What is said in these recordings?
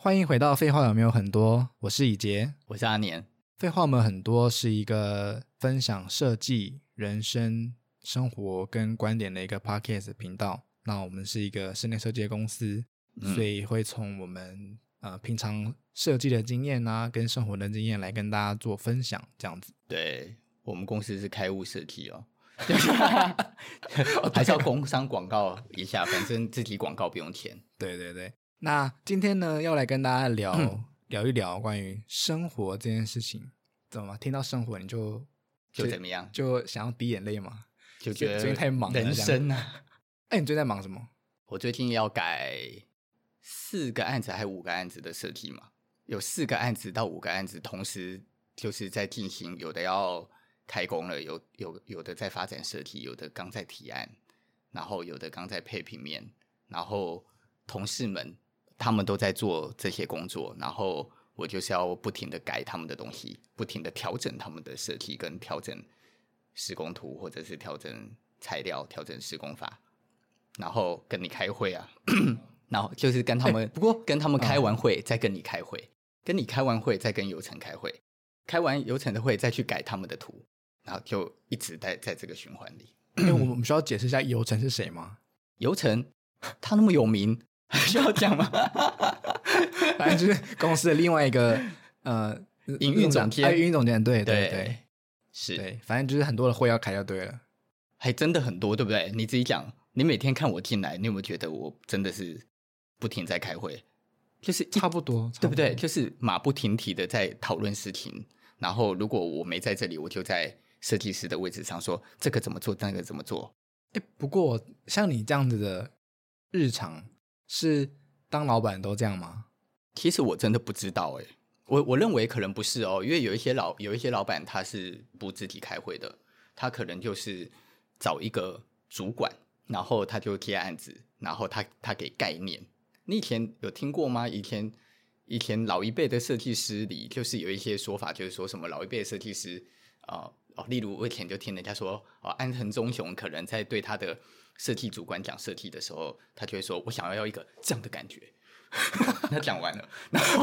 欢迎回到废话有没有很多，我是以杰， 我是阿年。 废话有没有很多是一个分享设计、人生、生活跟观点的一个 podcast 频道。那我们是一个室内设计的公司，所以会从我们平常设计的经验啊，跟生活的经验来跟大家做分享，这样子。 对，我们公司是开物设计哦，还是要工商广告一下，反正自己广告不用钱。 对对对，那今天呢，要来跟大家聊一聊关于生活这件事情。怎么听到生活你就怎么样？ 就想要滴眼泪吗？ 就觉得最近太忙了， 人生啊。 你最近在忙什么？ 我最近要改4个案子还是5个案子的设计嘛，有4个案子到5个案子同时就是在进行，有的要开工了，有的在发展设计，有的刚在提案，然后有的刚在配平面，然后同事们他们都在做这些工作，然后我就是要不停的改他们的东西，不停的调整他们的设计，跟调整施工图，或者是调整材料，调整施工法，然后跟你开会啊然后就是跟他们，不过跟他们开完会再跟你开会，跟你开完会再跟游程开会，开完游程的会再去改他们的图，然后就一直在这个循环里。 因为我们需要解释一下游程是谁吗？ 游程他那么有名还需要讲吗？ 反正就是公司的另外一个营运总监， 营运总监，对对对， 是， 对，反正就是很多的会要开就对了， 还真的很多，对不对？你自己讲，你每天看我进来，你有没有觉得我真的是不停在开会？就是差不多， 对不对？就是马不停蹄的在讨论事情，然后如果我没在这里，我就在设计师的位置上说这个怎么做，那个怎么做。 不过像你这样子的日常是当老板都这样吗？ 其实我真的不知道我认为可能不是哦，因为有一些老板他是不自己开会的，他可能就是找一个主管，然后他就接案子，然后他给概念。你以前有听过吗？以前老一辈的设计师里，就是有一些说法，就是说什么老一辈的设计师例如我以前就听人家说安藤忠雄可能在对他的设计主管讲设计的时候，他就会说我想要一个这样的感觉他讲完了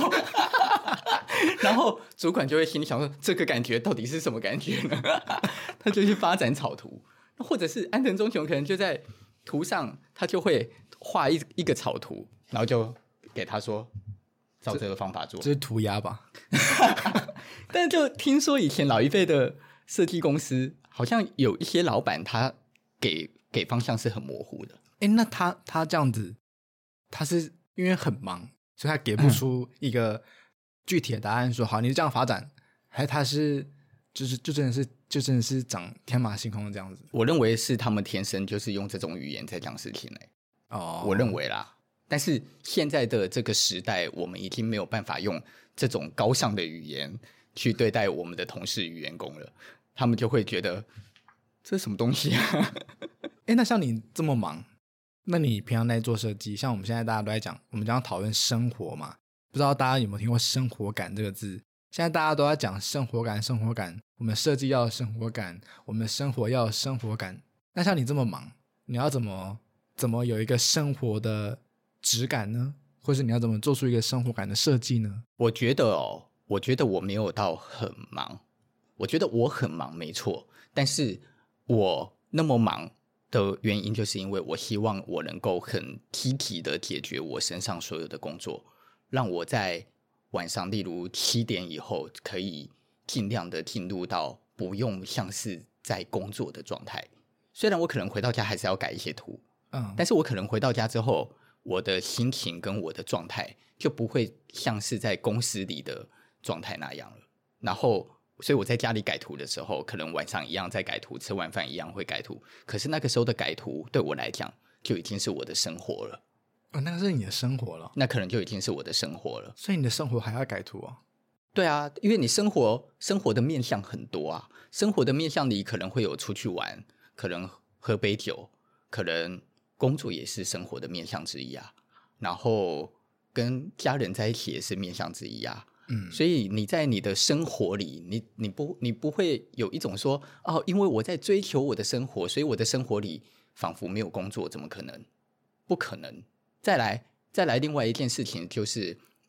然后主管就会心里想说这个感觉到底是什么感觉呢他就去发展草图，或者是安藤忠雄可能就在图上他就会画一个草图，然后就给他说照这个方法做， 这是涂鸦吧但就听说以前老一辈的设计公司好像有一些老板他给方向是很模糊的。 那他这样子，他是因为很忙所以他给不出一个具体的答案说好你是这样发展，还是他是就真的是长天马行空的这样子？ 我认为是他们天生就是用这种语言在讲事情我认为啦。但是现在的这个时代，我们已经没有办法用这种高尚的语言去对待我们的同事与员工了，他们就会觉得这是什么东西啊那像你这么忙，那你平常在做设计，像我们现在大家都在讲，我们将要讨论生活嘛，不知道大家有没有听过生活感这个字？现在大家都在讲生活感，我们设计要有生活感，我们的生活要有生活感。那像你这么忙，你要怎么有一个生活的质感呢？或是你要怎么做出一个生活感的设计呢？ 我觉得我没有到很忙，我觉得我很忙没错，但是我那么忙的原因就是因为我希望我能够很积极的解决我身上所有的工作，让我在晚上例如7点以后可以尽量的进入到不用像是在工作的状态。虽然我可能回到家还是要改一些图，但是我可能回到家之后，我的心情跟我的状态就不会像是在公司里的状态那样了。然后所以我在家里改图的时候，可能晚上一样在改图，吃完饭一样会改图，可是那个时候的改图对我来讲就已经是我的生活了。 那个是你的生活了， 那可能就已经是我的生活了。 所以你的生活还要改图哦？ 对啊，因为你生活的面向很多啊，生活的面向里可能会有出去玩，可能喝杯酒，可能工作也是生活的面向之一啊，然后跟家人在一起也是面向之一啊。所以你在你的生活里，你不会有一种说因为我在追求我的生活，所以我的生活里仿佛没有工作，怎么可能？不可能。再来另外一件事情就是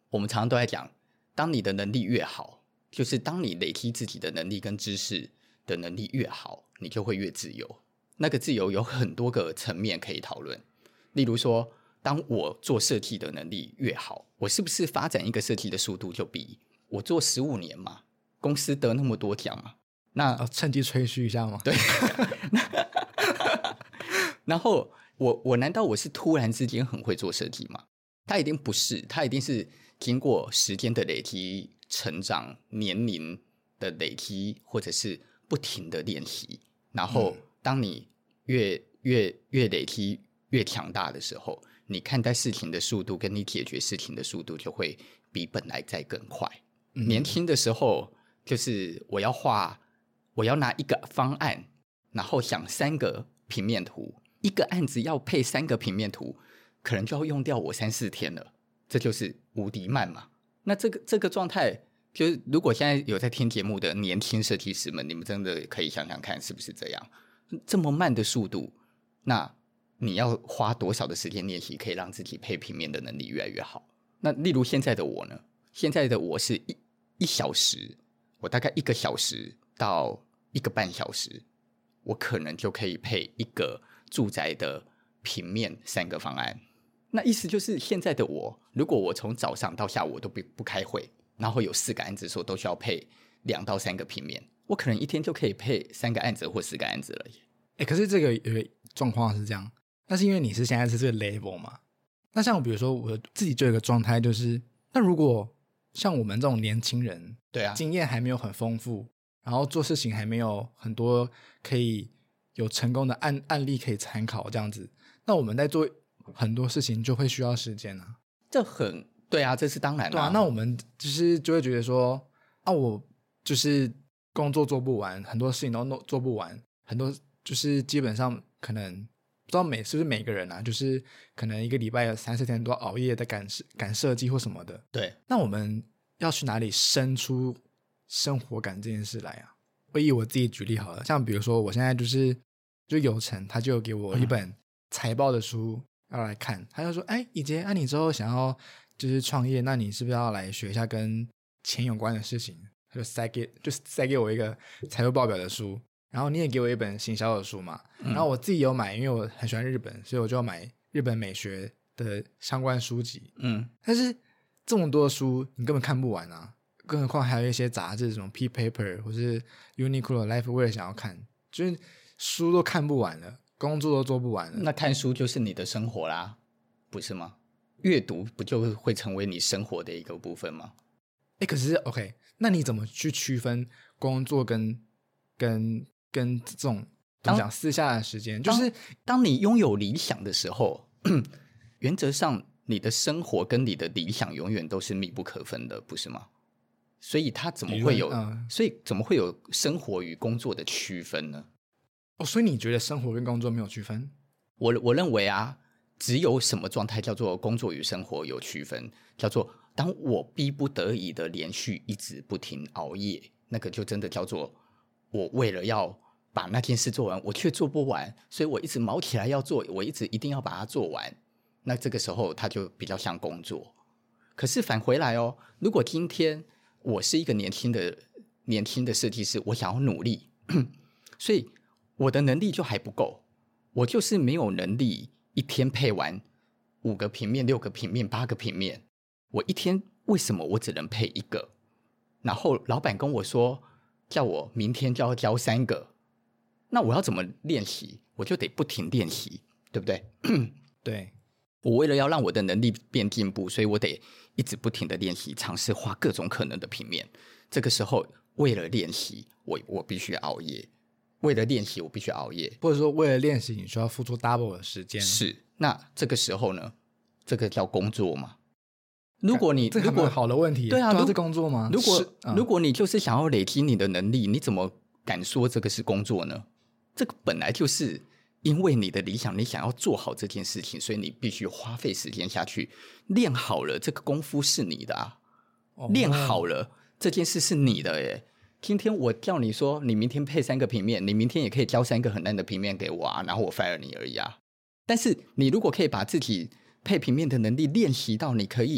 我们常常都在讲，当你的能力越好，就是当你累积自己的能力跟知识的能力越好，你就会越自由。那个自由有很多个层面可以讨论，例如说，当我做设计的能力越好，我是不是发展一个设计的速度就比我做15年嘛，公司得那么多奖嘛？那趁机吹嘘一下吗？ 对。然后我难道我是突然之间很会做设计吗？他一定不是，他一定是经过时间的累积、成长、年龄的累积，或者是不停的练习。然后，当你越累积越强大的时候，你看待事情的速度跟你解决事情的速度就会比本来再更快。年轻的时候，就是我要拿一个方案，然后想3个平面图，一个案子要配3个平面图，可能就要用掉我3-4天了，这就是无敌慢嘛。那这个状态，就是如果现在有在听节目的年轻设计师们，你们真的可以想想看，是不是这样？这么慢的速度，那你要花多少的时间练习，可以让自己配平面的能力越来越好？那例如现在的我呢？现在的我是一小时，我大概1个小时到1个半小时，我可能就可以配一个住宅的平面3个方案。那意思就是现在的我，如果我从早上到下午我都不开会，然后有4个案子说都需要配2到3个平面，我可能一天就可以配3个案子或4个案子了耶。 可是这个有个状况是这样，那是因为你是现在是这个 level 嘛？那像比如说我自己就有一个状态，就是那如果像我们这种年轻人， 对啊， 经验还没有很丰富，然后做事情还没有很多可以有成功的案例可以参考这样子，那我们在做很多事情就会需要时间啊。 这很对啊，这是当然的。 对啊，那我们就会觉得说啊，我就是工作做不完，很多事情都做不完，很多就是基本上可能不知道是不是每个人啊，就是可能一个礼拜有3-4天都要熬夜的赶设计或什么的。 对， 那我们要去哪里生出生活感这件事来啊？我以我自己举例好了，像比如说我现在就有成，他就有给我一本财报的书要来看，他就说：“哎，以杰，你之后想要就是创业，那你是不是要来学一下跟钱有关的事情？”他就塞给我一个财务报表的书，然后你也给我一本行销的书嘛，然后我自己有买，因为我很喜欢日本，所以我就买日本美学的相关书籍。但是这么多的书你根本看不完啊，更何况还有一些杂志，什么 P Paper 或是 Uniqlo Lifewear 想要看，就是书都看不完了，工作都做不完了。 那看书就是你的生活啦，不是吗？阅读不就会成为你生活的一个部分吗？ 可是 OK， 那你怎么去区分工作跟这种怎么讲私下的时间？就是当你拥有理想的时候，原则上你的生活跟你的理想永远都是密不可分的，不是吗？所以它怎么会有？所以怎么会有生活与工作的区分呢？ 所以你觉得生活跟工作没有区分？ 我认为啊，只有什么状态叫做工作与生活有区分，叫做当我逼不得已的连续一直不停熬夜，那个就真的叫做我为了要把那件事做完，我却做不完，所以我一直毛起来要做，我一定要把它做完。那这个时候它就比较像工作。可是返回来哦，如果今天我是一个年轻的设计师，我想要努力，所以我的能力就还不够，我就是没有能力一天配完5个平面、6个平面、8个平面。我一天为什么我只能配1个？然后老板跟我说叫我明天就要交3个，那我要怎么练习？我就得不停练习，对不对？ 对， 我为了要让我的能力变进步，所以我得一直不停的练习，尝试画各种可能的平面。这个时候为了练习，我必须熬夜。为了练习我必须熬夜， 或者说为了练习你需要付出 double 的时间。 是，那这个时候呢，这个叫工作吗？如果你这还蛮好的问题。 对啊， 这工作吗？ 如果你就是想要累积你的能力，你怎么敢说这个是工作呢？这个本来就是因为你的理想，你想要做好这件事情，所以你必须花费时间下去练好了，这个功夫是你的啊。练好了这件事是你的耶。今天我叫你说你明天配3个平面，你明天也可以交3个很烂的平面给我啊，然后我 fire 你而已啊。但是你如果可以把自己配平面的能力练习到你可以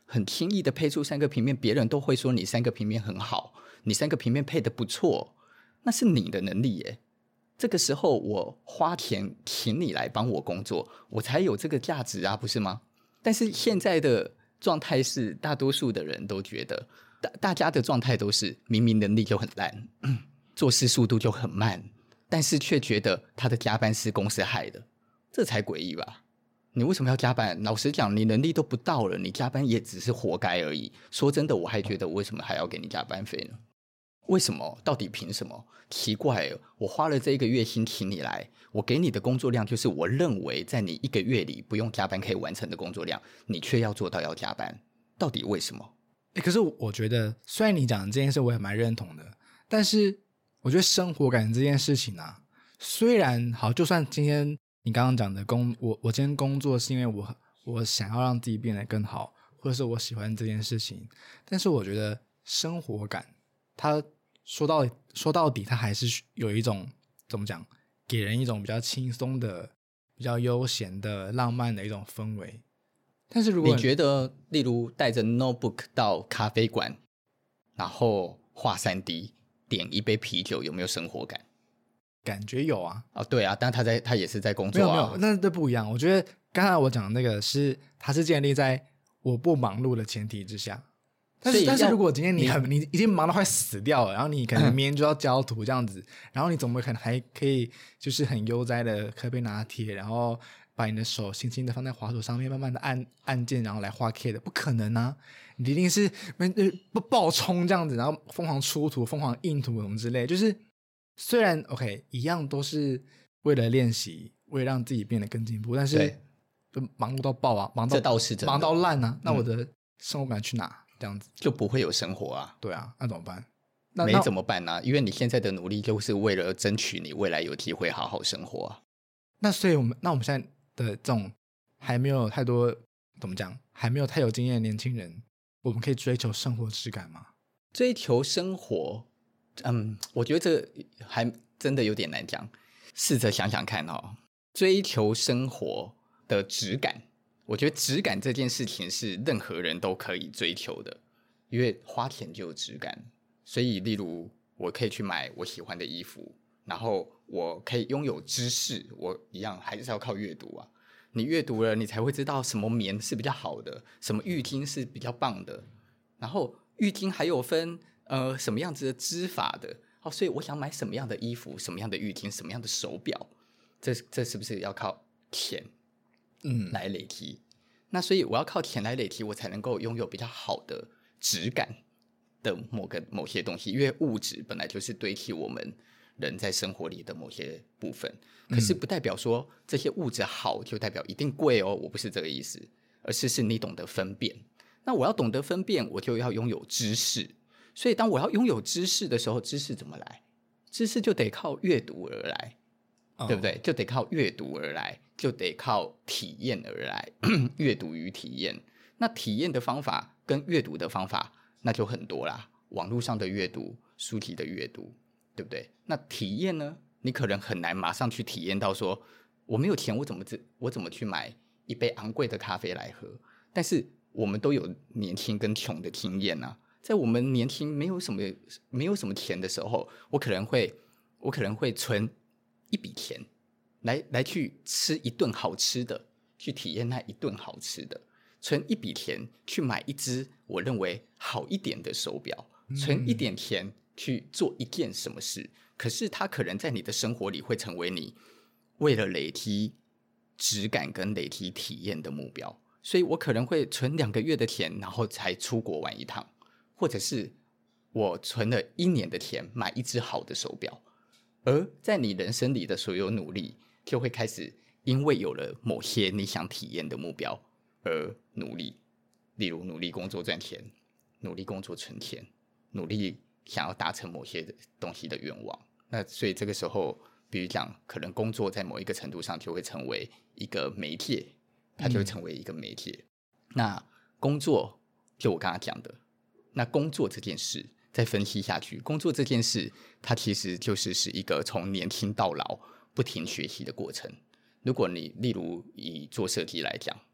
很轻易的配出3个平面，别人都会说你3个平面很好，你3个平面配得不错，那是你的能力耶。这个时候我花钱请你来帮我工作，我才有这个价值啊，不是吗？但是现在的状态是，大多数的人都觉得，大家的状态都是明明能力就很烂，做事速度就很慢，但是却觉得他的加班是公司害的，这才诡异吧？你为什么要加班？老实讲，你能力都不到了，你加班也只是活该而已。说真的，我还觉得为什么还要给你加班费呢？为什么？到底凭什么？奇怪了，我花了这1个月薪请你来，我给你的工作量就是我认为在你1个月里不用加班可以完成的工作量，你却要做到要加班，到底为什么？ 可是我觉得，虽然你讲的这件事我也蛮认同的，但是我觉得生活感这件事情啊，虽然好，就算今天你刚刚讲的我今天工作是因为我想要让自己变得更好，或者是我喜欢这件事情，但是我觉得生活感它说到底它还是有一种怎么讲，给人一种比较轻松的、比较悠闲的、浪漫的一种氛围。但是如果你觉得例如带着 notebook 到咖啡馆，然后画3D 点一杯啤酒，有没有生活感？ 感觉有啊。 哦，对啊，但他也是在工作啊。 没有，那这不一样。我觉得刚才我讲的那个它是建立在我不忙碌的前提之下。但是如果今天你已经忙到快死掉了，然后你可能明天就要交图这样子，然后你怎么可能还可以就是很悠哉的喝杯拿铁，然后把你的手轻轻的放在滑鼠上面，慢慢的按键，然后来画 K 的？不可能啊！你一定是爆冲这样子，然后疯狂出图、疯狂印图什么之类。就是虽然 OK 一样都是为了练习，为了让自己变得更进步，但是就忙碌到爆啊， 这倒是真的， 忙到烂啊！那我的生活感去哪？这样子就不会有生活啊。 对啊，那怎么办？ 没怎么办啊？因为你现在的努力就是为了争取你未来有机会好好生活啊。 那所以我们现在的这种还没有太多怎么讲，还没有太有经验的年轻人，我们可以追求生活质感吗？ 追求生活，我觉得这还真的有点难讲。试着想想看哦，追求生活的质感，我觉得质感这件事情是任何人都可以追求的，因为花钱就有质感。所以例如我可以去买我喜欢的衣服，然后我可以拥有知识，我一样还是要靠阅读啊。你阅读了，你才会知道什么棉是比较好的，什么浴巾是比较棒的，然后浴巾还有分什么样子的织法的。所以我想买什么样的衣服，什么样的浴巾，什么样的手表，这是不是要靠钱来累积？那所以我要靠钱来累积，我才能够拥有比较好的质感的某些东西，因为物质本来就是堆砌我们人在生活里的某些部分，可是不代表说这些物质好就代表一定贵哦，我不是这个意思，而是你懂得分辨。那我要懂得分辨，我就要拥有知识。所以当我要拥有知识的时候，知识怎么来？知识就得靠阅读而来，对不对？就得靠阅读而来，就得靠体验而来。阅读与体验，那体验的方法跟阅读的方法那就很多啦，网络上的阅读，书籍的阅读，对不对？那体验呢？你可能很难马上去体验到说，我没有钱，我怎么去买一杯昂贵的咖啡来喝？但是我们都有年轻跟穷的经验啊。在我们年轻没有什么钱的时候，我可能会存一笔钱来去吃一顿好吃的，去体验那一顿好吃的，存一笔钱去买一只我认为好一点的手表，存一点钱去做一件什么事。可是它可能在你的生活里会成为你为了累积质感跟累积体验的目标，所以我可能会存2个月的钱，然后才出国玩一趟。或者是我存了1年的钱买一只好的手表，而在你人生里的所有努力就会开始因为有了某些你想体验的目标而努力，例如努力工作赚钱，努力工作存钱，努力想要达成某些东西的愿望。那所以这个时候比如讲，可能工作在某一个程度上就会成为一个媒介，它就会成为一个媒介。那工作就我刚刚讲的，那工作这件事再分析下去，工作这件事它其实就是一个从年轻到老不停学习的过程。如果你例如以做设计来讲，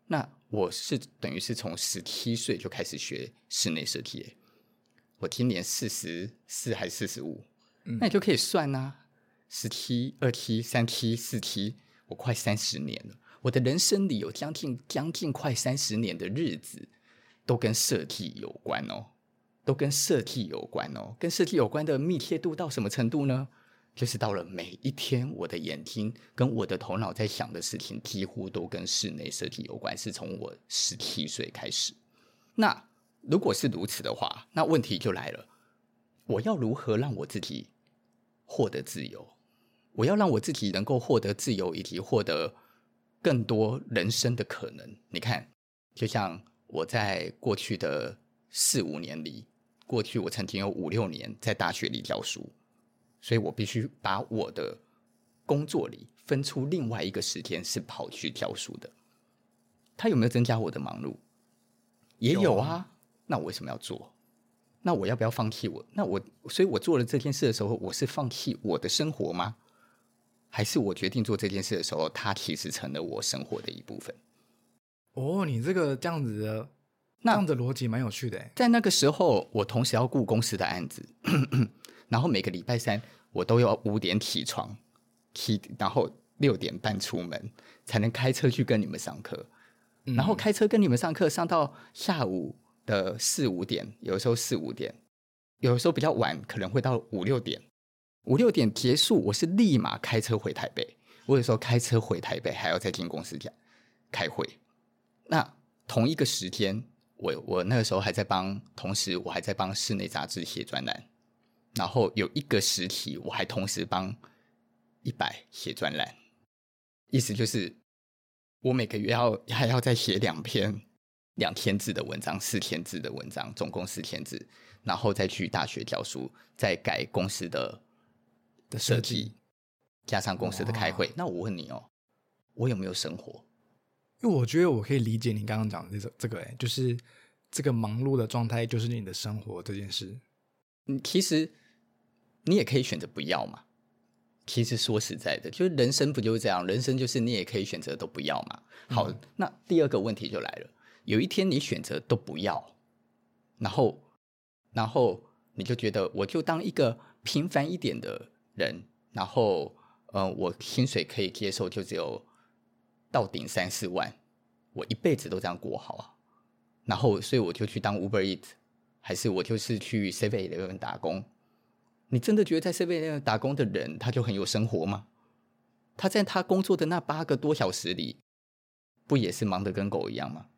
那我是等于是从17岁就开始学室内设计，我今年44还45，那你就可以算啊，17、27、37、47，我快30年了。我的人生里有将近快30年的日子，都跟设计有关哦，都跟设计有关哦。跟设计有关的密切度到什么程度呢？就是到了每一天，我的眼睛跟我的头脑在想的事情，几乎都跟室内设计有关，是从我17岁开始。那如果是如此的话，那问题就来了，我要如何让我自己获得自由？我要让我自己能够获得自由，以及获得更多人生的可能。你看，就像我在过去的4、5年里，过去我曾经有5、6年在大学里教书，所以我必须把我的工作里分出另外一个时间是跑去教书的。它有没有增加我的忙碌？也有啊。那我为什么要做？那我要不要放弃所以我做了这件事的时候，我是放弃我的生活吗？还是我决定做这件事的时候，它其实成了我生活的一部分？ 哦，你这样子的逻辑蛮有趣的。 在那个时候，我同时要顾公司的案子，然后每个礼拜3我都要5点起床，然后6点半出门，才能开车去跟你们上课。然后开车跟你们上课，上到下午的4、5点，有的时候4、5点，有的时候比较晚，可能会到5、6点。5、6点结束，我是立马开车回台北。我有时候开车回台北，还要再进公司开会。那同一个时间，我那个时候还在同时我还在帮室内杂志写专栏，然后有一个时期，我还同时帮100写专栏。意思就是我每个月还要再写2000字的文章，4000字的文章，总共4000字，然后再去大学教书，再改公司的设计，加上公司的开会。那我问你哦，我有没有生活？ 因为我觉得我可以理解你刚刚讲的这个，就是这个忙碌的状态就是你的生活这件事。 其实你也可以选择不要嘛。其实说实在的，就是人生不就是这样？人生就是你也可以选择都不要嘛。好，那第二个问题就来了，有一天你选择都不要，然后你就觉得我就当一个平凡一点的人，然后我薪水可以接受，就只有到顶3、4万，我一辈子都这样过好啊。然后所以我就去当 Uber Eats， 还是我就是去 7-Eleven 打工。你真的觉得在 7-Eleven 打工的人他就很有生活吗？他在他工作的那8个多小时里，不也是忙得跟狗一样吗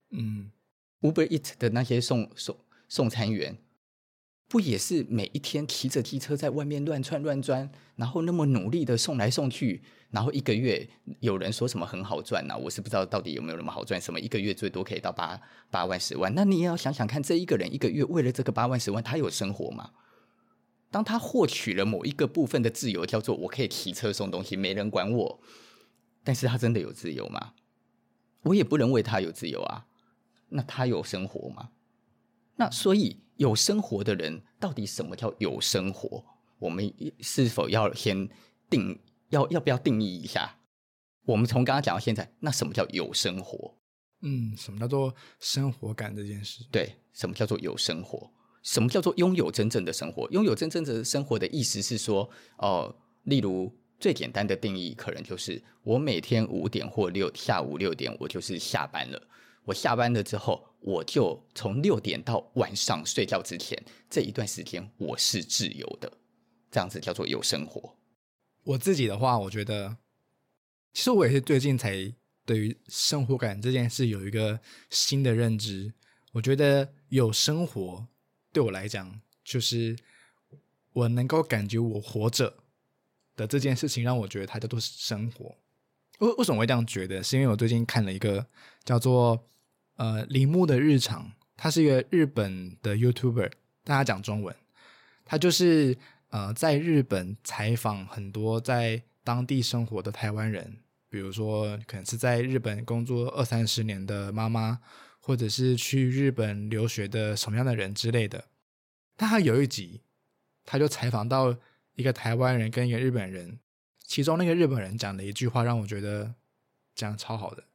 ？Uber Eats 的那些送餐员，不也是每一天骑着机车在外面乱窜乱钻，然后那么努力的送来送去，然后1个月有人说什么很好赚啊，我是不知道到底有没有那么好赚，什么1个月最多可以到8万10万。那你也要想想看，这一个人1个月为了这个8万10万，他有生活吗？当他获取了某一个部分的自由，叫做我可以骑车送东西，没人管我，但是他真的有自由吗？我也不认为他有自由啊。那他有生活吗？那所以有生活的人，到底什么叫有生活？我们是否要先要不要定义一下？我们从刚刚讲到现在，那什么叫有生活？ 什么叫做生活感这件事？ 对，什么叫做有生活？什么叫做拥有真正的生活？拥有真正的生活的意思是说，例如最简单的定义，可能就是我每天5点或下午6点，我就是下班了。我下班了之后，我就从6点到晚上睡觉之前这一段时间，我是自由的，这样子叫做有生活。 我自己的话，我觉得，其实我也是最近才对于生活感这件事有一个新的认知。我觉得有生活对我来讲，就是我能够感觉我活着的这件事情，让我觉得它叫做生活。为什么会这样觉得？是因为我最近看了一个叫做铃木的日常，他是一个日本的 YouTuber， 大家讲中文，他就是在日本采访很多在当地生活的台湾人，比如说可能是在日本工作20-30年的妈妈，或者是去日本留学的什么样的人之类的。但他有一集他就采访到一个台湾人跟一个日本人，其中那个日本人讲的一句话让我觉得讲得超好的。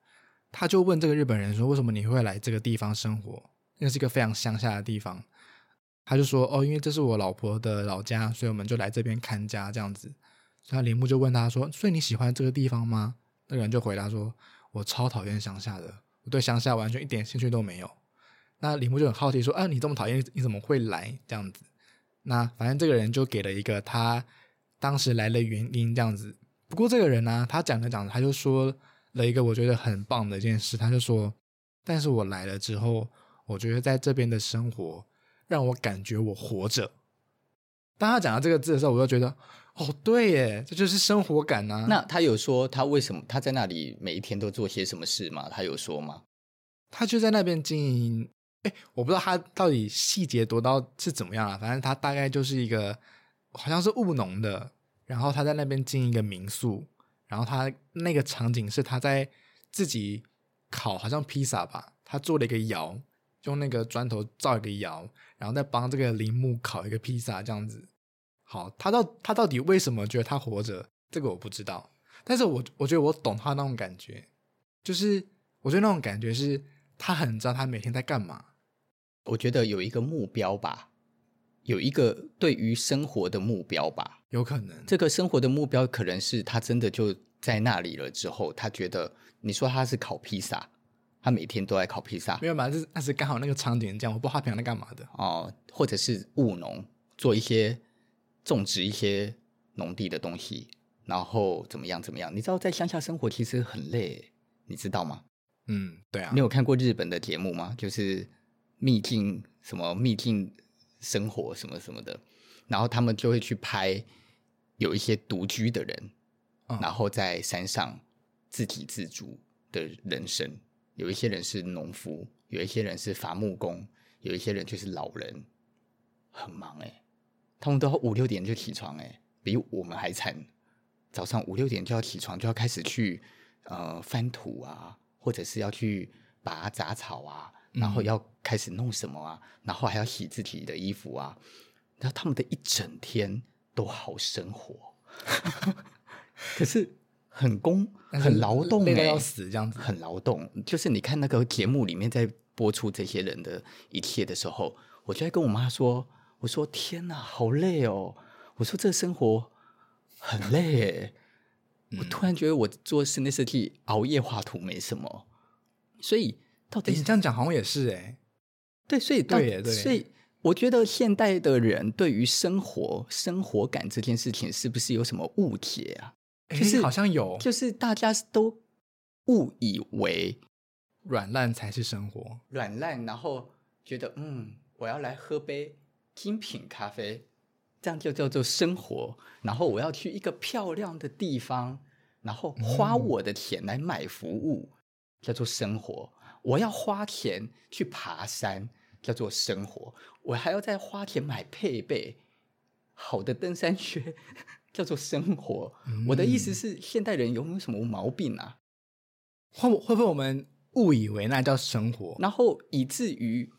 他就问这个日本人说为什么你会来这个地方生活，那是一个非常乡下的地方。他就说因为这是我老婆的老家，所以我们就来这边看家这样子。所以铃木就问他说所以你喜欢这个地方吗？那个人就回答说我超讨厌乡下的，我对乡下完全一点兴趣都没有。那铃木就很好奇说你这么讨厌你怎么会来这样子。那反正这个人就给了一个他当时来的原因这样子。不过这个人呢，他讲着讲着他就说了一个我觉得很棒的一件事，他就说但是我来了之后，我觉得在这边的生活让我感觉我活着。当他讲到这个字的时候，我就觉得对耶，这就是生活感啊。 那他有说他为什么他在那里每一天都做些什么事吗？他有说吗？ 他就在那边经营我不知道他到底细节多到是怎么样啦，反正他大概就是一个好像是务农的，然后他在那边经营一个民宿，然后他那个场景是他在自己烤好像披萨吧，他做了一个窑，用那个砖头造一个窑，然后再帮这个铃木烤一个披萨这样子。好，他到底为什么觉得他活着，这个我不知道，但是我觉得我懂他那种感觉，就是我觉得那种感觉是他很知道他每天在干嘛。 我觉得有一个目标吧，有一个对于生活的目标吧， 有可能这个生活的目标可能是他真的就在那里了之后，他觉得你说他是烤披萨，他每天都在烤披萨， 没有吧？那是刚好那个场景这样，我不知道他平常在干嘛的或者是务农，做一些种植一些农地的东西，然后怎么样，你知道在乡下生活其实很累，你知道吗？ 对啊。 你有看过日本的节目吗？就是秘境生活什么什么的，然后他们就会去拍有一些独居的人，然后在山上自给自足的人生。有一些人是农夫，有一些人是伐木工，有一些人就是老人，很忙他们都要5-6点就起床比我们还惨。早上5-6点就要起床，就要开始去翻土啊，或者是要去拔杂草啊，然后要开始弄什么啊，然后还要洗自己的衣服啊，然后他们的一整天都好生活可是很劳动累得要死这样子。 很劳动。就是你看那个节目里面在播出这些人的一切的时候，我就在跟我妈说，我说天哪好累哦，我说这生活很累我突然觉得我做室内设计熬夜画图没什么，所以到底你这样讲好像也是对，所以对， 所以我觉得现代的人对于生活感这件事情是不是有什么误解啊？就是好像有， 就是大家都误以为软烂才是生活， 软烂，然后觉得我要来喝杯精品咖啡，这样就叫做生活。然后我要去一个漂亮的地方，然后花我的钱来买服务，叫做生活。我要花钱去爬山，叫做生活。我还要再花钱买配备好的登山靴，叫做生活。我的意思是，现代人有没有什么毛病啊？ 会不会我们误以为那叫生活， 然后以至于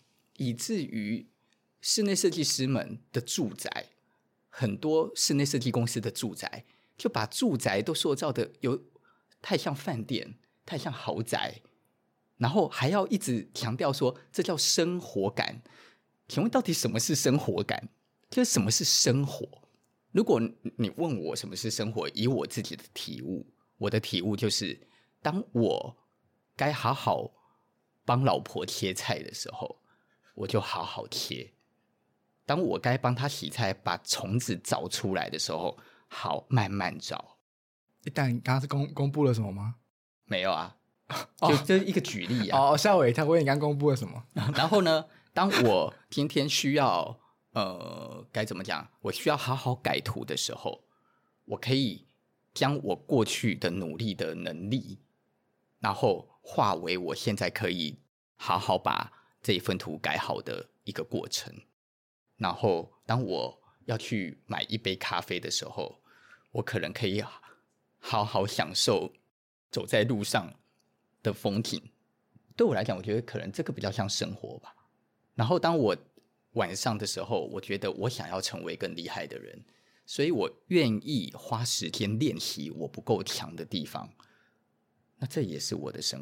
室内设计师们的住宅，很多室内设计公司的住宅就把住宅都塑造的太像饭店，太像豪宅，然后还要一直强调说这叫生活感。请问到底什么是生活感？就是什么是生活？如果你问我什么是生活，以我自己的体悟，我的体悟就是当我该好好帮老婆切菜的时候，我就好好切；当我该帮她洗菜把虫子找出来的时候，好慢慢找。 但你刚刚是公布了什么吗？ 没有啊，就这一个举例啊。 吓我一跳，我以为你刚公布了什么。 然后呢，当我今天需要该怎么讲，我需要好好改图的时候，我可以将我过去的努力的能力，然后化为我现在可以好好把这一份图改好的一个过程。然后当我要去买一杯咖啡的时候，我可能可以好好享受走在路上的风景。对我来讲，我觉得可能这个比较像生活吧。然后当我晚上的时候，我觉得我想要成为更厉害的人，所以我愿意花时间练习我不够强的地方，那这也是我的生活。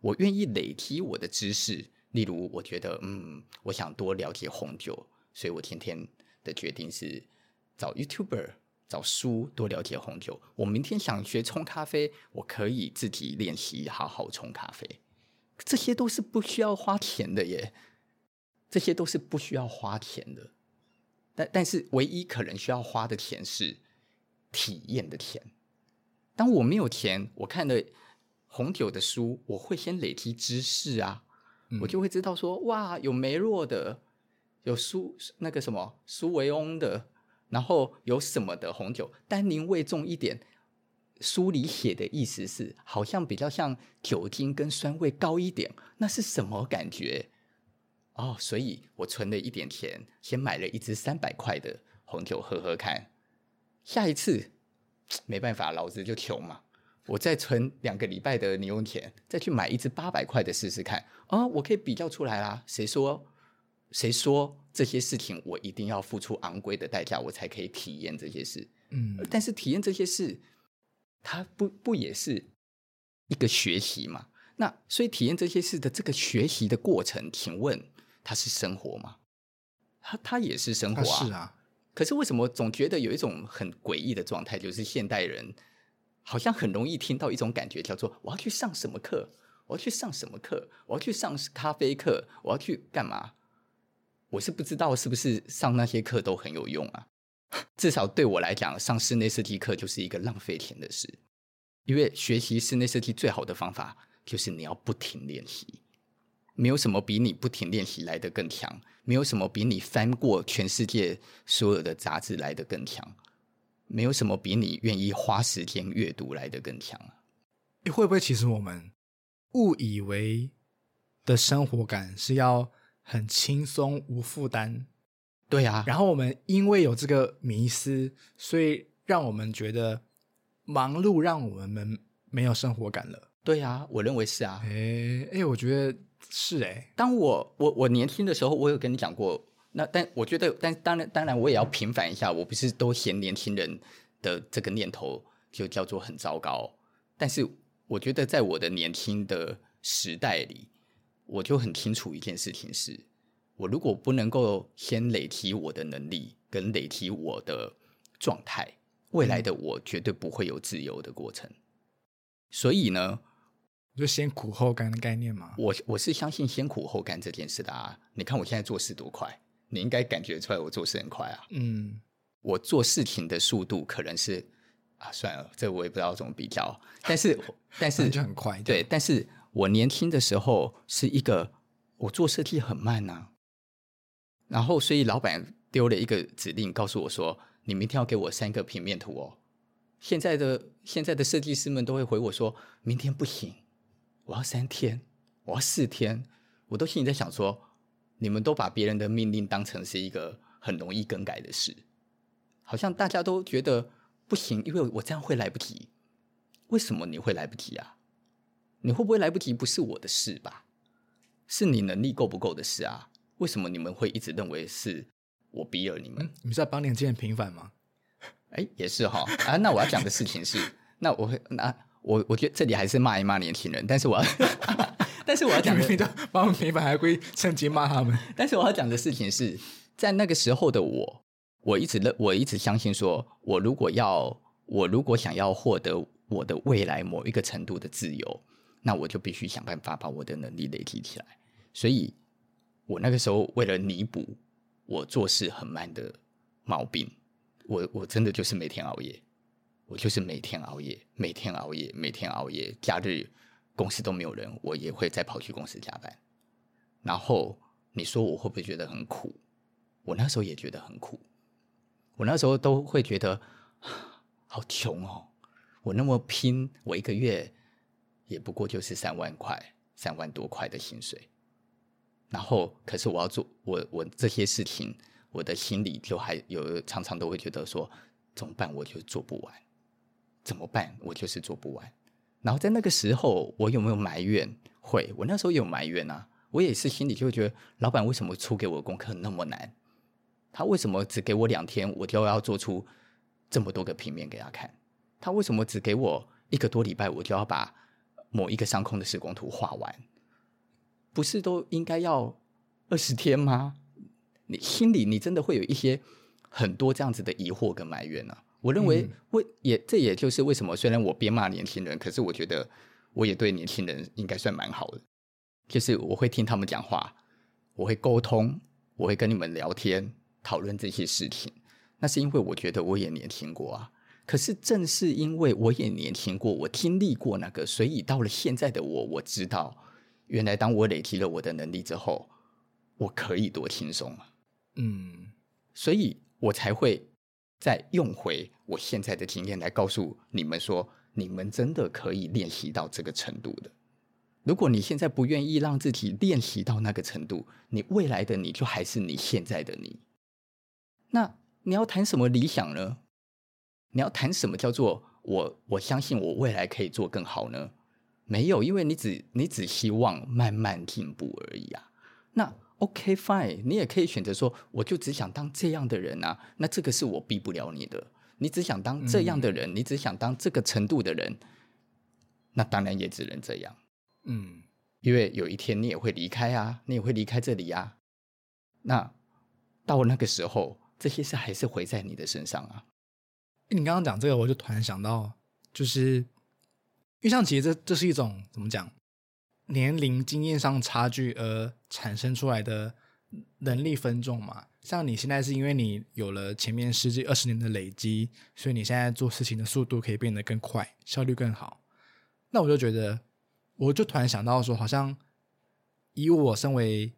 我愿意累积我的知识。例如我觉得我想多了解红酒，所以我今天的决定是找 YouTuber 找书多了解红酒。我明天想学冲咖啡，我可以自己练习好好冲咖啡。这些都是不需要花钱的耶，这些都是不需要花钱的。但是唯一可能需要花的钱是体验的钱。当我没有钱，我看了红酒的书，我会先累积知识啊，我就会知道说，哇，有梅洛的，有那个什么苏维翁的，然后有什么的红酒，单宁味重一点。书里写的意思是，好像比较像酒精跟酸味高一点，那是什么感觉？所以我存了一点钱，先买了一支300块的红酒喝喝看。下一次没办法，老子就穷嘛，我再存2个礼拜的零用钱，再去买一支800块的试试看。我可以比较出来啦。谁说这些事情我一定要付出昂贵的代价，我才可以体验这些事？但是体验这些事，它不也是一个学习嘛？那所以体验这些事的这个学习的过程，请问它是生活吗？它也是生活啊。 是啊。 可是为什么总觉得有一种很诡异的状态，就是现代人好像很容易听到一种感觉，叫做我要去上什么课，我要去上什么课，我要去上咖啡课，我要去干嘛？我是不知道是不是上那些课都很有用啊。至少对我来讲，上室内设计课就是一个浪费钱的事。因为学习室内设计最好的方法就是你要不停练习，没有什么比你不停练习来得更强，没有什么比你翻过全世界所有的杂志来得更强，没有什么比你愿意花时间阅读来得更强。 会不会其实我们误以为的生活感是要很轻松无负担？ 对啊， 然后我们因为有这个迷思，所以让我们觉得忙碌让我们没有生活感了。 对啊，我认为是啊。 我觉得是当我年轻的时候，我有跟你讲过，但我觉得，当然我也要平反一下，我不是都嫌年轻人的这个念头就叫做很糟糕。但是我觉得在我的年轻的时代里，我就很清楚一件事情是，我如果不能够先累积我的能力跟累积我的状态，未来的我绝对不会有自由的过程。所以呢， 就先苦后甘的概念嘛。 我是相信先苦后甘这件事的啊。你看我现在做事多快，你应该感觉出来我做事很快啊。我做事情的速度可能是算了，这我也不知道怎么比较。但是就很快。 对，但是我年轻的时候是一个我做设计很慢啊，然后所以老板丢了一个指令告诉我说，你明天要给我3个平面图哦。现在的设计师们都会回我说，明天不行，我要3天，我要4天。我都心里在想说，你们都把别人的命令当成是一个很容易更改的事，好像大家都觉得不行，因为我这样会来不及。为什么你会来不及啊？你会不会来不及不是我的事吧，是你能力够不够的事啊。为什么你们会一直认为是我逼了你们？ 你是在帮年轻人平反吗？ 也是哈那我要讲的事情是，那我觉得这里还是骂一骂年轻人，但是我要讲的帮我们平反，还会趁机骂他们。 但是我要讲的事情是，在那个时候的我一直相信说，我如果想要获得我的未来某一个程度的自由，那我就必须想办法把我的能力累积起来。所以我那个时候为了弥补我做事很慢的毛病，我真的就是每天熬夜，我就是每天熬夜，每天熬夜，每天熬夜。假日公司都没有人，我也会再跑去公司加班。然后你说我会不会觉得很苦？我那时候也觉得很苦，我那时候都会觉得好穷哦。我那么拼，我一个月也不过就是3万多块的薪水。然后可是我要做我这些事情，我的心里就还有常常都会觉得说，怎么办？我就做不完，怎么办？我就是做不完。然后在那个时候，我有没有埋怨？会，我那时候有埋怨啊。我也是心里就会觉得，老板为什么出给我的功课那么难？他为什么只给我2天，我就要做出这么多个平面给他看？他为什么只给我1个多礼拜，我就要把某一个上空的施工图画完，不是都应该要20天吗？你心里你真的会有一些很多这样子的疑惑跟埋怨啊。我认为这也就是为什么虽然我边骂年轻人，可是我觉得我也对年轻人应该算蛮好的，就是我会听他们讲话，我会沟通，我会跟你们聊天讨论这些事情，那是因为我觉得我也年轻过啊。可是正是因为我也年轻过，我经历过那个，所以到了现在的我知道原来当我累积了我的能力之后，我可以多轻松啊。所以我才会再用回我现在的经验来告诉你们说，你们真的可以练习到这个程度的。如果你现在不愿意让自己练习到那个程度，你未来的你就还是你现在的你。那你要谈什么理想呢？你要谈什么叫做我相信我未来可以做更好呢？没有，因为你只希望慢慢进步而已啊。那 OK fine， 你也可以选择说我就只想当这样的人啊，那这个是我逼不了你的。你只想当这样的人，你只想当这个程度的人，那当然也只能这样。因为有一天你也会离开啊，你也会离开这里啊。那到那个时候，这些事还是回在你的身上啊。 你刚刚讲这个，我就突然想到，就是因为像其实这是一种怎么讲，年龄经验上差距而产生出来的能力分众嘛。像你现在是因为你有了前面10几20年的累积，所以你现在做事情的速度可以变得更快，效率更好。那我就觉得，我就突然想到说，好像以我身为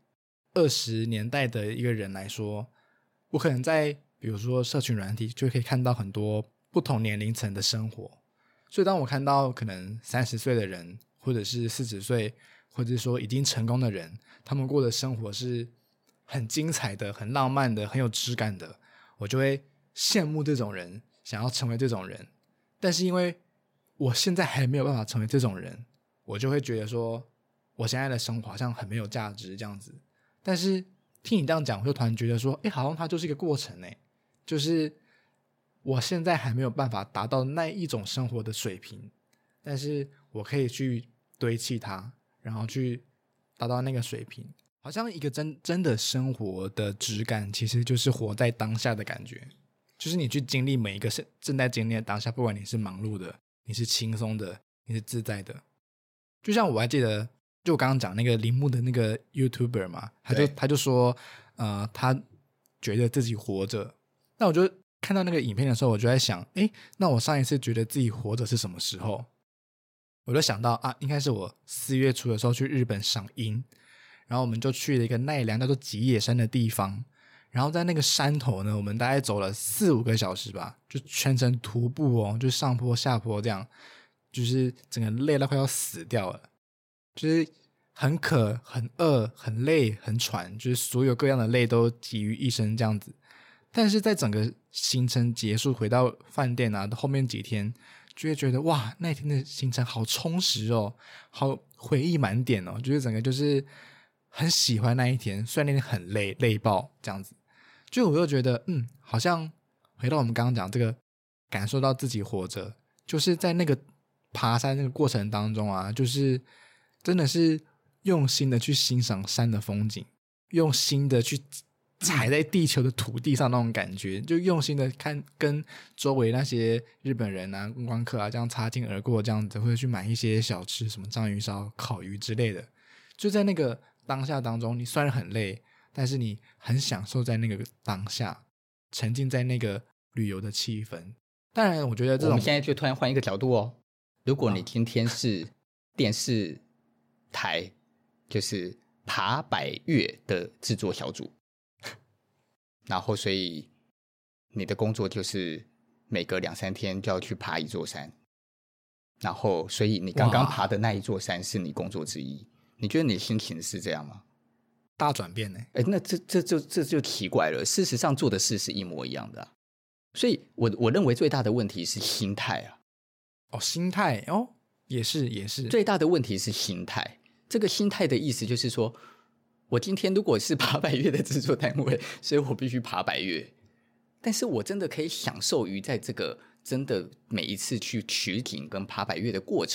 20年代的一个人来说，我可能在比如说社群软体就可以看到很多不同年龄层的生活，所以当我看到可能30岁的人，或者是40岁，或者是说已经成功的人，他们过的生活是很精彩的、很浪漫的、很有质感的，我就会羡慕这种人，想要成为这种人。但是因为我现在还没有办法成为这种人，我就会觉得说我现在的生活好像很没有价值这样子。但是听你这样讲，我就突然觉得说好像它就是一个过程就是我现在还没有办法达到那一种生活的水平，但是我可以去堆砌它，然后去达到那个水平。好像一个真的生活的质感其实就是活在当下的感觉，就是你去经历每一个正在经历的当下，不管你是忙碌的，你是轻松的，你是自在的。就像我还记得就我刚刚讲那个铃木的那个 YouTuber 嘛，他就说他觉得自己活着。那我就看到那个影片的时候，我就在想那我上一次觉得自己活着是什么时候？我就想到应该是我4月初的时候去日本赏樱，然后我们就去了一个奈良叫做吉野山的地方，然后在那个山头呢，我们大概走了4-5个小时吧，就全程徒步就上坡下坡这样，就是整个累到快要死掉了，就是很渴很饿很累很喘，就是所有各样的累都集于一身这样子。但是在整个行程结束回到饭店后面几天就会觉得哇，那天的行程好充实好回忆满点就是整个就是很喜欢那一天，虽然那天很累爆这样子。就我就觉得好像回到我们刚刚讲这个感受到自己活着，就是在那个爬山那个过程当中就是真的是用心的去欣赏山的风景，用心的去踩在地球的土地上那种感觉，就用心的看跟周围那些日本人观光客这样擦肩而过，这样子会去买一些小吃，什么章鱼烧烤鱼之类的。就在那个当下当中，你虽然很累，但是你很享受在那个当下，沉浸在那个旅游的气氛。当然我觉得这种我们现在就突然换一个角度如果你今天是电视台就是爬百岳的制作小组，然后所以你的工作就是每隔2-3天就要去爬一座山，然后所以你刚刚爬的那一座山是你工作之一，你觉得你的心情是这样吗？ 大转变那这就奇怪了。事实上做的事是一模一样的所以我认为最大的问题是心态心态也是最大的问题是心态。这个心态的意思就是说，我今天如果是爬百岳的制作单位，所以我必须爬百岳，但是我真的可以享受于在这个真的每一次去取景跟爬百岳的过程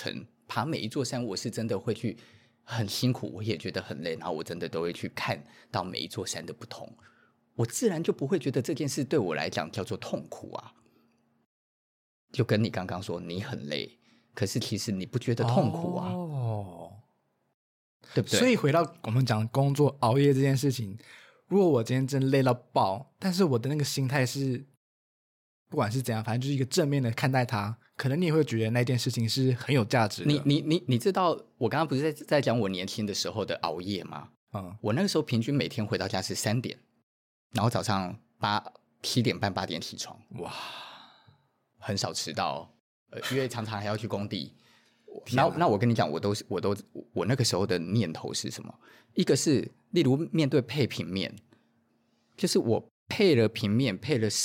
爬每一座山，我是真的会去很辛苦，我也觉得很累，然后我真的都会去看到每一座山的不同，我自然就不会觉得这件事对我来讲叫做痛苦啊。就跟你刚刚说你很累，可是其实你不觉得痛苦啊，对不对？ 所以回到我们讲工作熬夜这件事情，如果我今天真累到爆，但是我的那个心态是不管是怎样，反正就是一个正面的看待它，可能你也会觉得那件事情是很有价值的。 你知道我刚刚不是在讲我年轻的时候的熬夜吗？我那个时候平均每天回到家是3点，然后早上7点半8点起床，哇，很少迟到因为常常还要去工地。那我跟你讲，我那个时候的念头是什么？一个是例如面对配平面，就是我配了平面，配了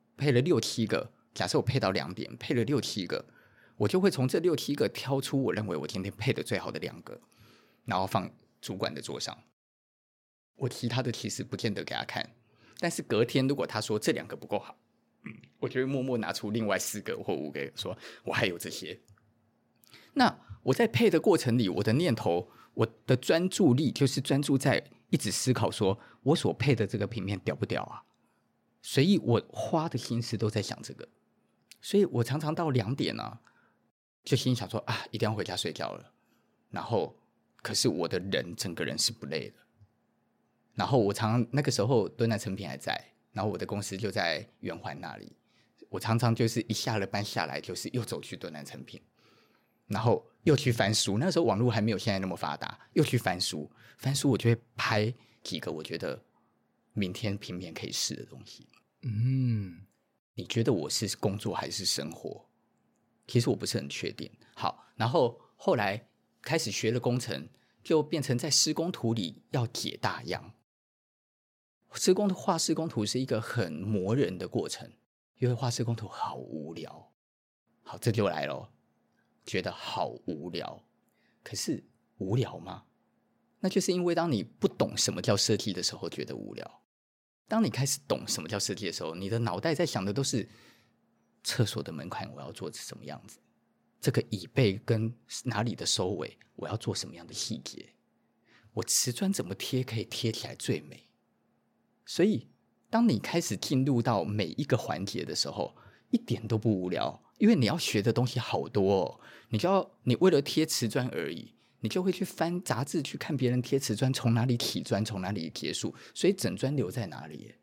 6、7个，假设我配到2点，配了6、7个，我就会从这6、7个挑出我认为我今天配的最好的2个，然后放主管的桌上。我其他的其实不见得给他看，但是隔天如果他说这2个不够好，我就会默默拿出另外4个或5个，说我还有这些。那我在配的过程里，我的念头，我的专注力就是专注在一直思考说我所配的这个平面屌不屌啊，所以我花的心思都在想这个。所以我常常到2点啊，就心想说啊，一定要回家睡觉了。然后可是我的整个人是不累的。然后我常常那个时候敦南成品还在，然后我的公司就在圆环那里，我常常就是一下了班下来就是又走去敦南成品，然后又去翻书，那时候网络还没有现在那么发达，又去翻书我就会拍几个我觉得明天平面可以试的东西。你觉得我是工作还是生活？其实我不是很确定。好，然后后来开始学了工程，就变成在施工图里要解大样。画施工图是一个很磨人的过程，因为画施工图好无聊。好，这就来了，觉得好无聊。可是无聊吗？那就是因为当你不懂什么叫设计的时候觉得无聊，当你开始懂什么叫设计的时候，你的脑袋在想的都是厕所的门槛我要做什么样子，这个椅背跟哪里的收尾我要做什么样的细节，我瓷砖怎么贴可以贴起来最美。所以当你开始进入到每一个环节的时候，一点都不无聊，因为你要学的东西好多哦。你为了贴瓷砖而已，你就会去翻杂志去看别人贴瓷砖从哪里起砖从哪里结束，所以整砖留在哪里。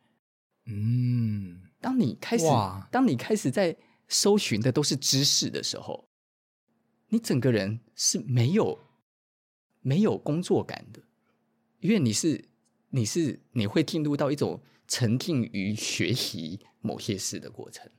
当你开始在搜寻的都是知识的时候，你整个人是没有工作感的，因为你会进入到一种沉浸于学习某些事的过程。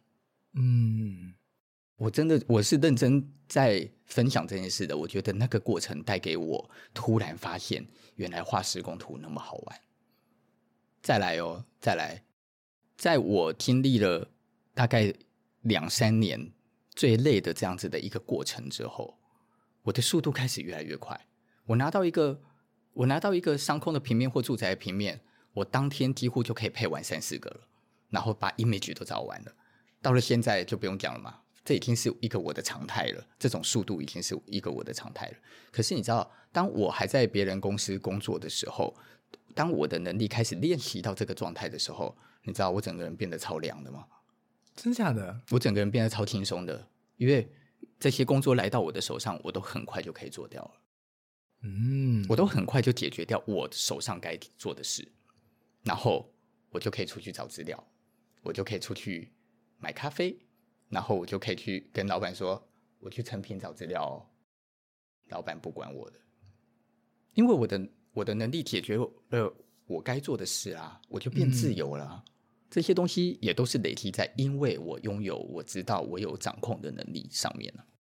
我是认真在分享这件事的。我觉得那个过程带给我突然发现原来画施工图那么好玩。再来在我经历了大概2、3年最累的这样子的一个过程之后，我的速度开始越来越快。我拿到一个商空的平面或住宅的平面，我当天几乎就可以配完3、4个了，然后把 image 都找完了。到了现在就不用讲了嘛，这已经是一个我的常态了，这种速度已经是一个我的常态了。可是你知道，当我还在别人公司工作的时候，当我的能力开始练习到这个状态的时候，你知道我整个人变得超凉的吗？ 真假的？ 我整个人变得超轻松的，因为这些工作来到我的手上，我都很快就可以做掉了。我都很快就解决掉我手上该做的事，然后我就可以出去找资料，我就可以出去买咖啡，然后我就可以去跟老板说我去成品找资料哦，老板不管我的，因为我的能力解决了我该做的事啊，我就变自由了啊。这些东西也都是累积在因为我拥有我知道我有掌控的能力上面了。